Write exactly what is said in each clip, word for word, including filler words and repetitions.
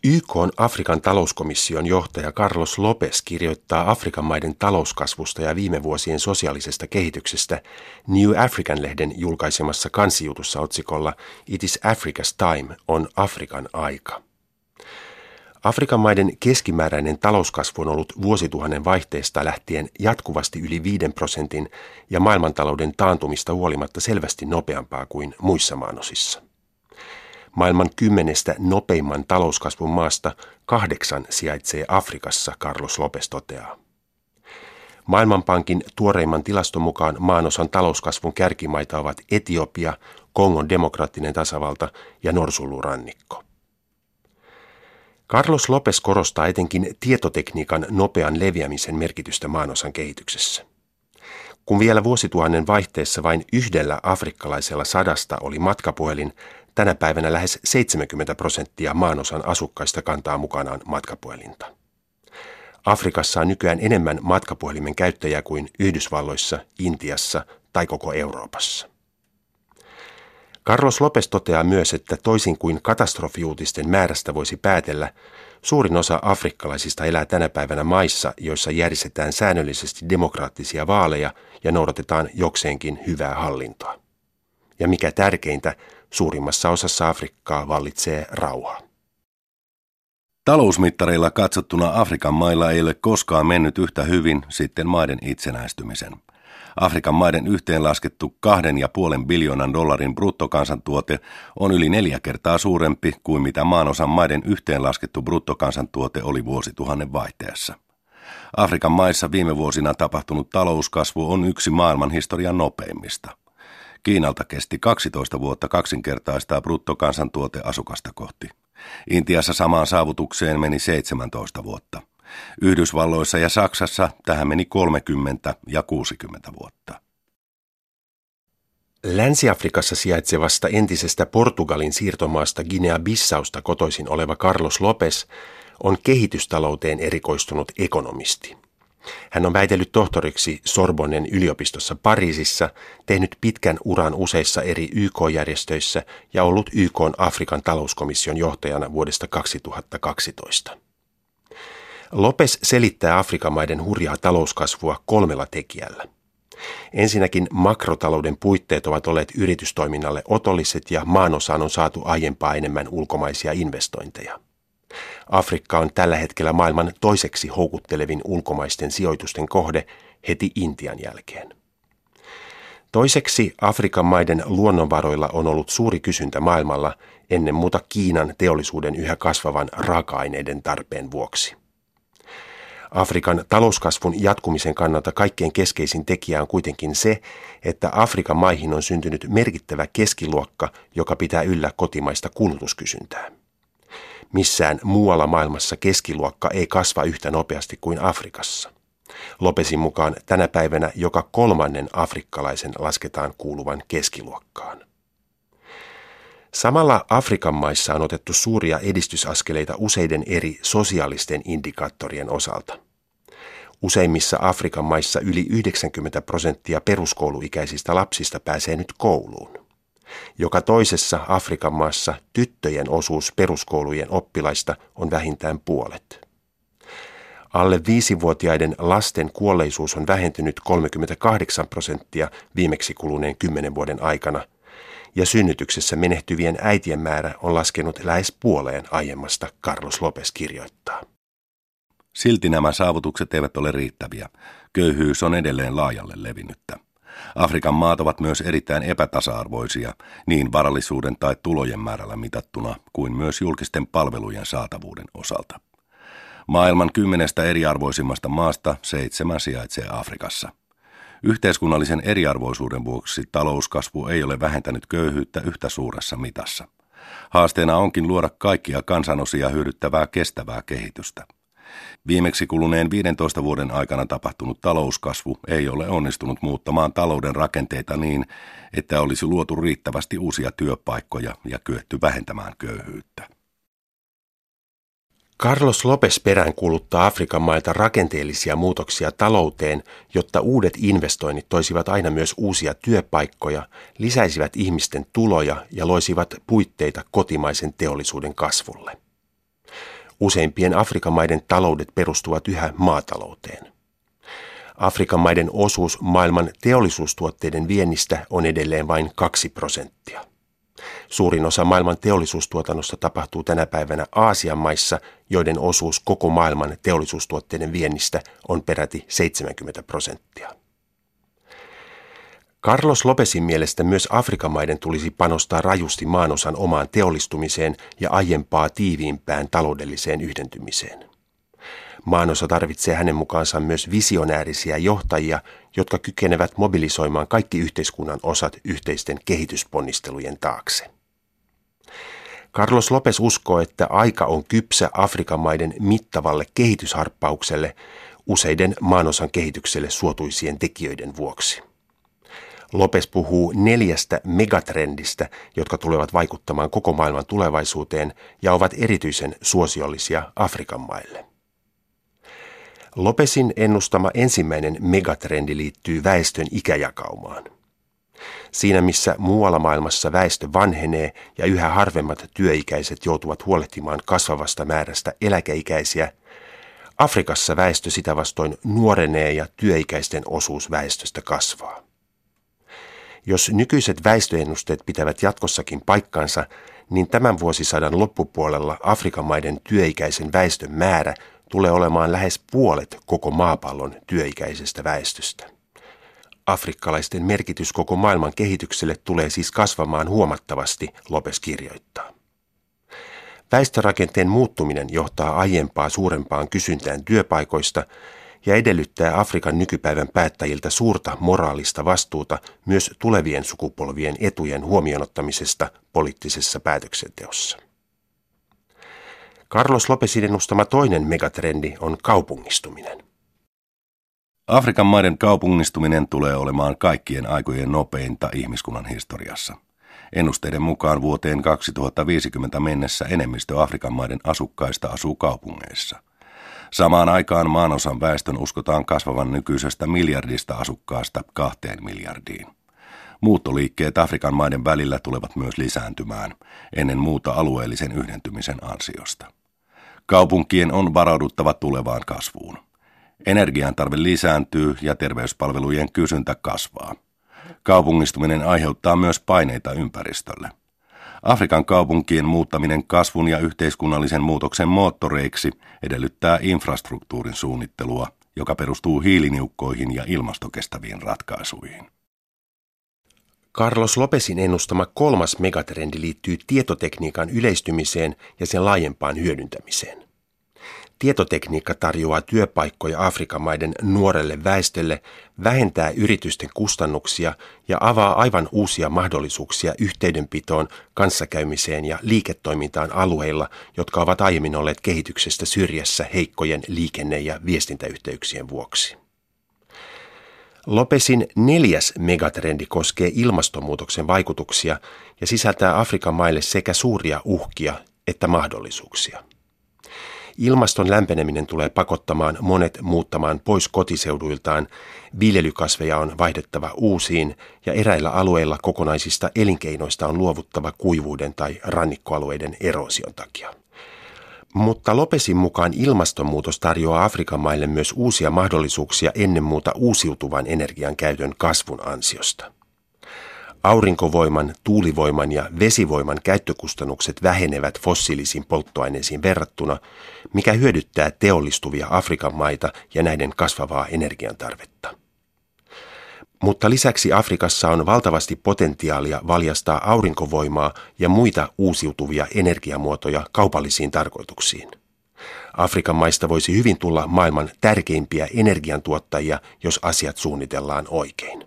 Y K:n Afrikan talouskomission johtaja Carlos Lopez kirjoittaa Afrikan maiden talouskasvusta ja viime vuosien sosiaalisesta kehityksestä New African-lehden julkaisemassa kansijutussa otsikolla It is Africa's time, on Afrikan aika. Afrikan maiden keskimääräinen talouskasvu on ollut vuosituhannen vaihteesta lähtien jatkuvasti yli viiden prosentin ja maailmantalouden taantumista huolimatta selvästi nopeampaa kuin muissa maanosissa. Maailman kymmenestä nopeimman talouskasvun maasta kahdeksan sijaitsee Afrikassa, Carlos Lopez toteaa. Maailmanpankin tuoreimman tilaston mukaan maanosan talouskasvun kärkimaita ovat Etiopia, Kongon demokraattinen tasavalta ja Norsulurannikko. Carlos Lopez korostaa etenkin tietotekniikan nopean leviämisen merkitystä maanosan kehityksessä. Kun vielä vuosituhannen vaihteessa vain yhdellä afrikkalaisella sadasta oli matkapuhelin, tänä päivänä lähes seitsemänkymmentä prosenttia maanosan asukkaista kantaa mukanaan matkapuhelinta. Afrikassa on nykyään enemmän matkapuhelimen käyttäjiä kuin Yhdysvalloissa, Intiassa tai koko Euroopassa. Carlos Lopez toteaa myös, että toisin kuin katastrofiuutisten määrästä voisi päätellä, suurin osa afrikkalaisista elää tänä päivänä maissa, joissa järjestetään säännöllisesti demokraattisia vaaleja ja noudatetaan jokseenkin hyvää hallintoa. Ja mikä tärkeintä, suurimmassa osassa Afrikkaa vallitsee rauha. Talousmittareilla katsottuna Afrikan mailla ei ole koskaan mennyt yhtä hyvin sitten maiden itsenäistymisen. Afrikan maiden yhteenlaskettu kahden ja puolen biljoonan dollarin bruttokansantuote on yli neljä kertaa suurempi kuin mitä maanosan maiden yhteenlaskettu bruttokansantuote oli vuosituhannen vaihteessa. Afrikan maissa viime vuosina tapahtunut talouskasvu on yksi maailman historian nopeimmista. Kiinalta kesti kaksitoista vuotta kaksinkertaistaa bruttokansantuote asukasta kohti. Intiassa samaan saavutukseen meni seitsemäntoista vuotta. Yhdysvalloissa ja Saksassa tähän meni kolmekymmentä ja kuusikymmentä vuotta. Länsi-Afrikassa sijaitsevasta entisestä Portugalin siirtomaasta Guinea-Bissausta kotoisin oleva Carlos Lopez on kehitystalouteen erikoistunut ekonomisti. Hän on väitellyt tohtoriksi Sorbonnen yliopistossa Pariisissa, tehnyt pitkän uran useissa eri Y K-järjestöissä ja ollut Y K:n Afrikan talouskomission johtajana vuodesta kaksituhattakaksitoista. Lopez selittää Afrikan maiden hurjaa talouskasvua kolmella tekijällä. Ensinnäkin makrotalouden puitteet ovat olleet yritystoiminnalle otolliset ja maanosaan on saatu aiempaa enemmän ulkomaisia investointeja. Afrikka on tällä hetkellä maailman toiseksi houkuttelevin ulkomaisten sijoitusten kohde heti Intian jälkeen. Toiseksi Afrikan maiden luonnonvaroilla on ollut suuri kysyntä maailmalla, ennen muuta Kiinan teollisuuden yhä kasvavan raaka-aineiden tarpeen vuoksi. Afrikan talouskasvun jatkumisen kannalta kaikkein keskeisin tekijä on kuitenkin se, että Afrikan maihin on syntynyt merkittävä keskiluokka, joka pitää yllä kotimaista kulutuskysyntää. Missään muualla maailmassa keskiluokka ei kasva yhtä nopeasti kuin Afrikassa. Lopezin mukaan tänä päivänä joka kolmannen afrikkalaisen lasketaan kuuluvan keskiluokkaan. Samalla Afrikan maissa on otettu suuria edistysaskeleita useiden eri sosiaalisten indikaattorien osalta. Useimmissa Afrikan maissa yli yhdeksänkymmentä prosenttia peruskouluikäisistä lapsista pääsee nyt kouluun. Joka toisessa Afrikan maassa tyttöjen osuus peruskoulujen oppilaista on vähintään puolet. Alle viisivuotiaiden lasten kuolleisuus on vähentynyt kolmekymmentäkahdeksan prosenttia viimeksi kuluneen kymmenen vuoden aikana, ja synnytyksessä menehtyvien äitien määrä on laskenut lähes puoleen aiemmasta, Carlos Lopez kirjoittaa. Silti nämä saavutukset eivät ole riittäviä. Köyhyys on edelleen laajalle levinnyttä. Afrikan maat ovat myös erittäin epätasa-arvoisia, niin varallisuuden tai tulojen määrällä mitattuna kuin myös julkisten palvelujen saatavuuden osalta. Maailman kymmenestä eriarvoisimmasta maasta seitsemän sijaitsee Afrikassa. Yhteiskunnallisen eriarvoisuuden vuoksi talouskasvu ei ole vähentänyt köyhyyttä yhtä suuressa mitassa. Haasteena onkin luoda kaikkia kansanosia hyödyttävää kestävää kehitystä. Viimeksi kuluneen viidentoista vuoden aikana tapahtunut talouskasvu ei ole onnistunut muuttamaan talouden rakenteita niin, että olisi luotu riittävästi uusia työpaikkoja ja kyetty vähentämään köyhyyttä. Carlos Lopez peräänkuuluttaa Afrikan mailta rakenteellisia muutoksia talouteen, jotta uudet investoinnit toisivat aina myös uusia työpaikkoja, lisäisivät ihmisten tuloja ja loisivat puitteita kotimaisen teollisuuden kasvulle. Useimpien Afrikan maiden taloudet perustuvat yhä maatalouteen. Afrikan maiden osuus maailman teollisuustuotteiden viennistä on edelleen vain kaksi prosenttia. Suurin osa maailman teollisuustuotannosta tapahtuu tänä päivänä Aasian maissa, joiden osuus koko maailman teollisuustuotteiden viennistä on peräti seitsemänkymmentä prosenttia. Carlos Lopesin mielestä myös Afrikan maiden tulisi panostaa rajusti maanosan omaan teollistumiseen ja aiempaa tiiviimpään taloudelliseen yhdentymiseen. Maanosa tarvitsee hänen mukaansa myös visionäärisiä johtajia, jotka kykenevät mobilisoimaan kaikki yhteiskunnan osat yhteisten kehitysponnistelujen taakse. Carlos Lopes uskoo, että aika on kypsä Afrikan maiden mittavalle kehitysharppaukselle useiden maanosan kehitykselle suotuisien tekijöiden vuoksi. Lopes puhuu neljästä megatrendistä, jotka tulevat vaikuttamaan koko maailman tulevaisuuteen ja ovat erityisen suosiollisia Afrikan maille. Lopesin ennustama ensimmäinen megatrendi liittyy väestön ikäjakaumaan. Siinä missä muualla maailmassa väestö vanhenee ja yhä harvemmat työikäiset joutuvat huolehtimaan kasvavasta määrästä eläkeikäisiä, Afrikassa väestö sitä vastoin nuorenee ja työikäisten osuus väestöstä kasvaa. Jos nykyiset väestöennusteet pitävät jatkossakin paikkansa, niin tämän vuosisadan loppupuolella Afrikan maiden työikäisen väestön määrä tulee olemaan lähes puolet koko maapallon työikäisestä väestöstä. Afrikkalaisten merkitys koko maailman kehitykselle tulee siis kasvamaan huomattavasti, Lopes kirjoittaa. Väestörakenteen muuttuminen johtaa aiempaa suurempaan kysyntään työpaikoista ja edellyttää Afrikan nykypäivän päättäjiltä suurta moraalista vastuuta myös tulevien sukupolvien etujen huomioonottamisesta poliittisessa päätöksenteossa. Carlos Lopesin ennustama toinen megatrendi on kaupungistuminen. Afrikan maiden kaupungistuminen tulee olemaan kaikkien aikojen nopeinta ihmiskunnan historiassa. Ennusteiden mukaan vuoteen kaksituhattaviisikymmentä mennessä enemmistö Afrikan maiden asukkaista asuu kaupungeissa. Samaan aikaan maanosan väestön uskotaan kasvavan nykyisestä miljardista asukkaasta kahteen miljardiin. Muuttoliikkeet Afrikan maiden välillä tulevat myös lisääntymään, ennen muuta alueellisen yhdentymisen ansiosta. Kaupunkien on varauduttava tulevaan kasvuun. Energian tarve lisääntyy ja terveyspalvelujen kysyntä kasvaa. Kaupungistuminen aiheuttaa myös paineita ympäristölle. Afrikan kaupunkien muuttaminen kasvun ja yhteiskunnallisen muutoksen moottoreiksi edellyttää infrastruktuurin suunnittelua, joka perustuu hiiliniukkoihin ja ilmastokestäviin ratkaisuihin. Carlos Lopesin ennustama kolmas megatrendi liittyy tietotekniikan yleistymiseen ja sen laajempaan hyödyntämiseen. Tietotekniikka tarjoaa työpaikkoja Afrikan maiden nuorelle väestölle, vähentää yritysten kustannuksia ja avaa aivan uusia mahdollisuuksia yhteydenpitoon, kanssakäymiseen ja liiketoimintaan alueilla, jotka ovat aiemmin olleet kehityksestä syrjässä heikkojen liikenne- ja viestintäyhteyksien vuoksi. Lopesin neljäs megatrendi koskee ilmastonmuutoksen vaikutuksia ja sisältää Afrikan maille sekä suuria uhkia että mahdollisuuksia. Ilmaston lämpeneminen tulee pakottamaan monet muuttamaan pois kotiseuduiltaan, viljelykasveja on vaihdettava uusiin ja eräillä alueilla kokonaisista elinkeinoista on luovuttava kuivuuden tai rannikkoalueiden eroosion takia. Mutta Lopesin mukaan ilmastonmuutos tarjoaa Afrikan maille myös uusia mahdollisuuksia ennen muuta uusiutuvan energian käytön kasvun ansiosta. Aurinkovoiman, tuulivoiman ja vesivoiman käyttökustannukset vähenevät fossiilisiin polttoaineisiin verrattuna, mikä hyödyttää teollistuvia Afrikan maita ja näiden kasvavaa energiantarvetta. Mutta lisäksi Afrikassa on valtavasti potentiaalia valjastaa aurinkovoimaa ja muita uusiutuvia energiamuotoja kaupallisiin tarkoituksiin. Afrikan maista voisi hyvin tulla maailman tärkeimpiä energiantuottajia, jos asiat suunnitellaan oikein.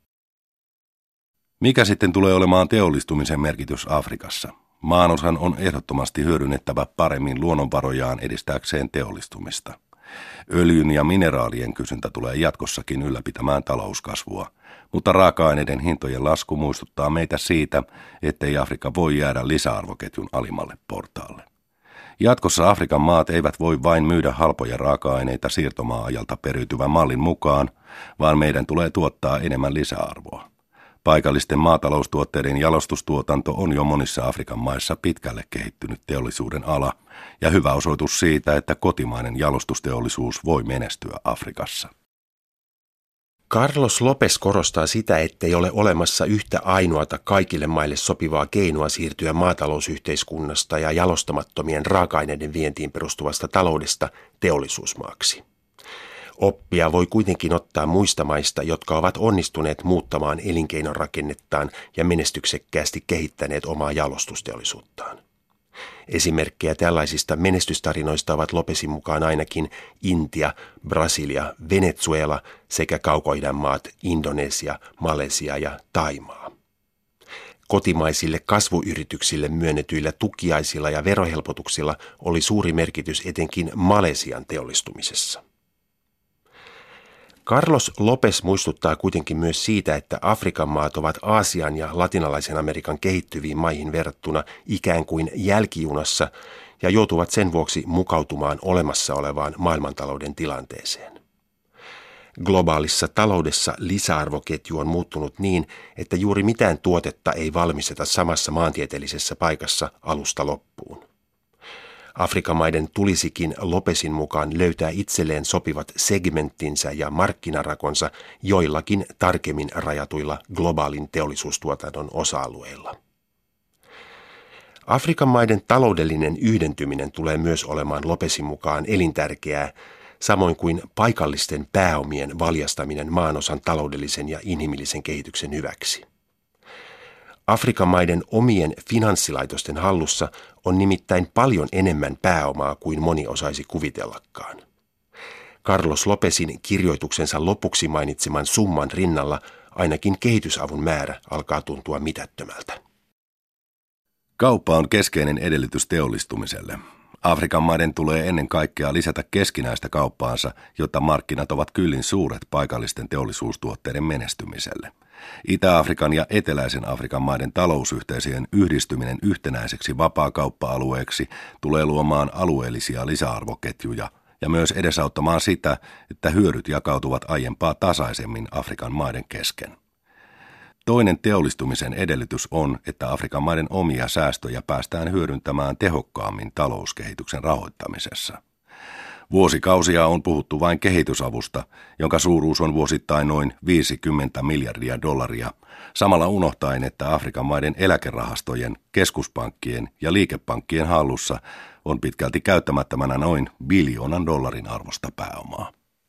Mikä sitten tulee olemaan teollistumisen merkitys Afrikassa? Maanosan on ehdottomasti hyödynnettävä paremmin luonnonvarojaan edistääkseen teollistumista. Öljyn ja mineraalien kysyntä tulee jatkossakin ylläpitämään talouskasvua, mutta raaka-aineiden hintojen lasku muistuttaa meitä siitä, ettei Afrikka voi jäädä lisäarvoketjun alimmalle portaalle. Jatkossa Afrikan maat eivät voi vain myydä halpoja raaka-aineita siirtomaa-ajalta periytyvän mallin mukaan, vaan meidän tulee tuottaa enemmän lisäarvoa. Paikallisten maataloustuotteiden jalostustuotanto on jo monissa Afrikan maissa pitkälle kehittynyt teollisuuden ala ja hyvä osoitus siitä, että kotimainen jalostusteollisuus voi menestyä Afrikassa. Carlos Lopez korostaa sitä, ettei ole olemassa yhtä ainoata kaikille maille sopivaa keinoa siirtyä maatalousyhteiskunnasta ja jalostamattomien raaka-aineiden vientiin perustuvasta taloudesta teollisuusmaaksi. Oppia voi kuitenkin ottaa muista maista, jotka ovat onnistuneet muuttamaan elinkeinorakennettaan ja menestyksekkäästi kehittäneet omaa jalostusteollisuuttaan. Esimerkkejä tällaisista menestystarinoista ovat Lopezin mukaan ainakin Intia, Brasilia, Venezuela sekä Kaukoidän maat Indonesia, Malesia ja Thaimaa. Kotimaisille kasvuyrityksille myönnetyillä tukiaisilla ja verohelpotuksilla oli suuri merkitys etenkin Malesian teollistumisessa. Carlos Lopez muistuttaa kuitenkin myös siitä, että Afrikan maat ovat Aasian ja latinalaisen Amerikan kehittyviin maihin verrattuna ikään kuin jälkijunassa ja joutuvat sen vuoksi mukautumaan olemassa olevaan maailmantalouden tilanteeseen. Globaalissa taloudessa lisäarvoketju on muuttunut niin, että juuri mitään tuotetta ei valmisteta samassa maantieteellisessä paikassa alusta loppuun. Afrikan maiden tulisikin Lopezin mukaan löytää itselleen sopivat segmenttinsä ja markkinarakonsa joillakin tarkemmin rajatuilla globaalin teollisuustuotannon osa-alueilla. Afrikan maiden taloudellinen yhdentyminen tulee myös olemaan Lopezin mukaan elintärkeää, samoin kuin paikallisten pääomien valjastaminen maanosan taloudellisen ja inhimillisen kehityksen hyväksi. Afrikan maiden omien finanssilaitosten hallussa on nimittäin paljon enemmän pääomaa kuin moni osaisi kuvitellakaan. Carlos Lopezin kirjoituksensa lopuksi mainitseman summan rinnalla ainakin kehitysavun määrä alkaa tuntua mitättömältä. Kauppa on keskeinen edellytys teollistumiselle. Afrikan maiden tulee ennen kaikkea lisätä keskinäistä kauppaansa, jotta markkinat ovat kyllin suuret paikallisten teollisuustuotteiden menestymiselle. Itä-Afrikan ja Eteläisen Afrikan maiden talousyhteisöjen yhdistyminen yhtenäiseksi vapaakauppa-alueeksi tulee luomaan alueellisia lisäarvoketjuja ja myös edesauttamaan sitä, että hyödyt jakautuvat aiempaa tasaisemmin Afrikan maiden kesken. Toinen teollistumisen edellytys on, että Afrikan maiden omia säästöjä päästään hyödyntämään tehokkaammin talouskehityksen rahoittamisessa. Vuosikausia on puhuttu vain kehitysavusta, jonka suuruus on vuosittain noin viisikymmentä miljardia dollaria, samalla unohtaen, että Afrikan maiden eläkerahastojen, keskuspankkien ja liikepankkien hallussa on pitkälti käyttämättömänä noin biljoonan dollarin arvosta pääomaa.